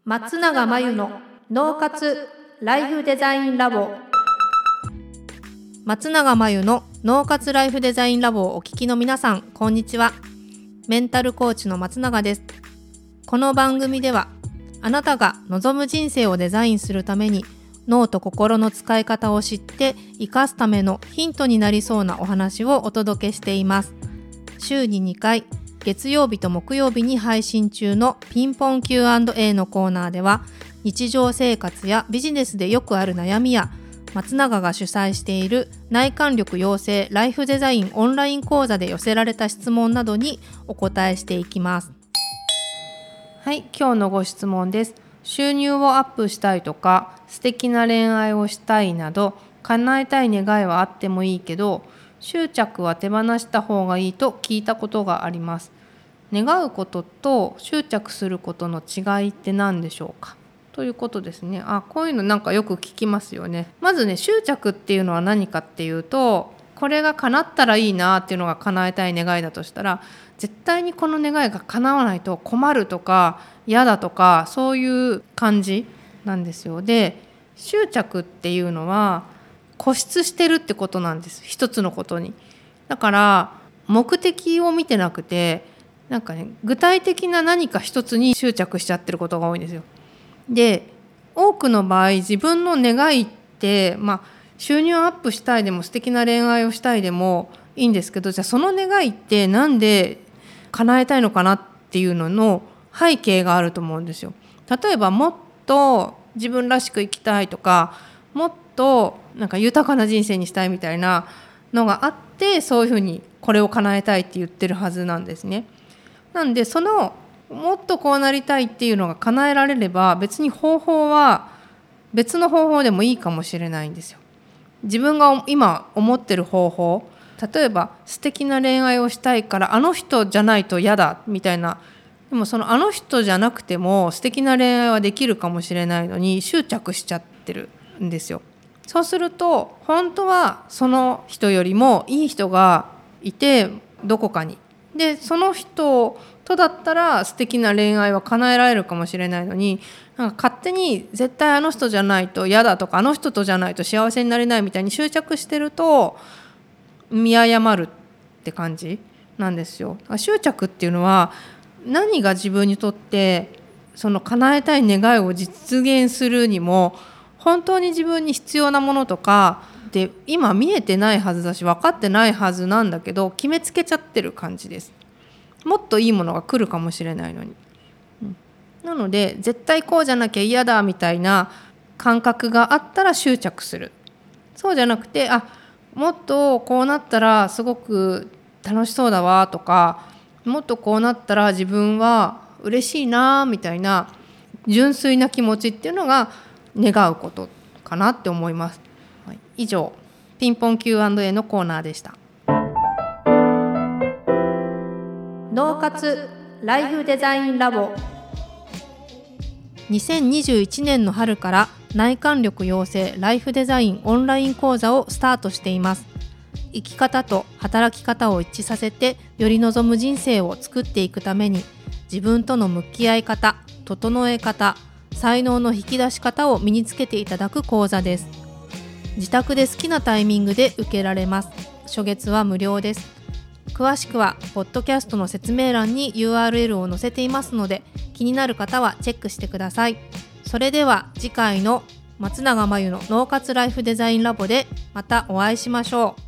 松永真由の脳活ライフデザインラボ。松永真由の脳活ライフデザインラボをお聞きの皆さん、こんにちは。メンタルコーチの松永です。この番組では、あなたが望む人生をデザインするために脳と心の使い方を知って生かすためのヒントになりそうなお話をお届けしています。週に2回、月曜日と木曜日に配信中のピンポン Q&A のコーナーでは、日常生活やビジネスでよくある悩みや、松永が主催している内観力養成ライフデザインオンライン講座で寄せられた質問などにお答えしていきます。はい、今日のご質問です。収入をアップしたいとか、素敵な恋愛をしたいなど、叶えたい願いはあってもいいけど、執着は手放した方がいいと聞いたことがあります。願うことと執着することの違いって何でしょうか、ということですね。こういうのなんかよく聞きますよね。まずね、執着っていうのは何かっていうと、これが叶ったらいいなっていうのが叶えたい願いだとしたら、絶対にこの願いが叶わないと困るとか嫌だとか、そういう感じなんですよ。で、執着っていうのは固執してるってことなんです。一つのことに。だから目的を見てなくて、なんかね、具体的な何か一つに執着しちゃってることが多いんですよ。で、多くの場合自分の願いって、収入アップしたいでも素敵な恋愛をしたいでもいいんですけど、じゃあその願いってなんで叶えたいのかなっていうのの背景があると思うんですよ。例えばもっと自分らしく生きたいとか、もっとなんか豊かな人生にしたいみたいなのがあって、そういうふうにこれを叶えたいって言ってるはずなんですね。なんで、そのもっとこうなりたいっていうのが叶えられれば、別に方法は別の方法でもいいかもしれないんですよ。自分が今思ってる方法、例えば素敵な恋愛をしたいからあの人じゃないと嫌だみたいな、でもそのあの人じゃなくても素敵な恋愛はできるかもしれないのに執着しちゃってるんですよ。そうすると本当はその人よりもいい人がいて、どこかにで、その人とだったら素敵な恋愛は叶えられるかもしれないのに、なんか勝手に絶対あの人じゃないと嫌だとか、あの人とじゃないと幸せになれないみたいに執着してると見誤るって感じなんですよ。執着っていうのは、何が自分にとってその叶えたい願いを実現するにも本当に自分に必要なものとかで今見えてないはずだし、分かってないはずなんだけど、決めつけちゃってる感じです。もっといいものが来るかもしれないのに、なので絶対こうじゃなきゃ嫌だみたいな感覚があったら執着する。そうじゃなくて、もっとこうなったらすごく楽しそうだわとか、もっとこうなったら自分は嬉しいなみたいな純粋な気持ちっていうのが願うことかなって思います。以上、ピンポン Q&A のコーナーでした。脳活ライフデザインラボ。2021年の春から内観力養成ライフデザインオンライン講座をスタートしています。生き方と働き方を一致させて、より望む人生を作っていくために、自分との向き合い方、整え方、才能の引き出し方を身につけていただく講座です。自宅で好きなタイミングで受けられます。初月は無料です。詳しくはポッドキャストの説明欄に URL を載せていますので、気になる方はチェックしてください。それでは次回の松永真由の脳活ライフデザインラボでまたお会いしましょう。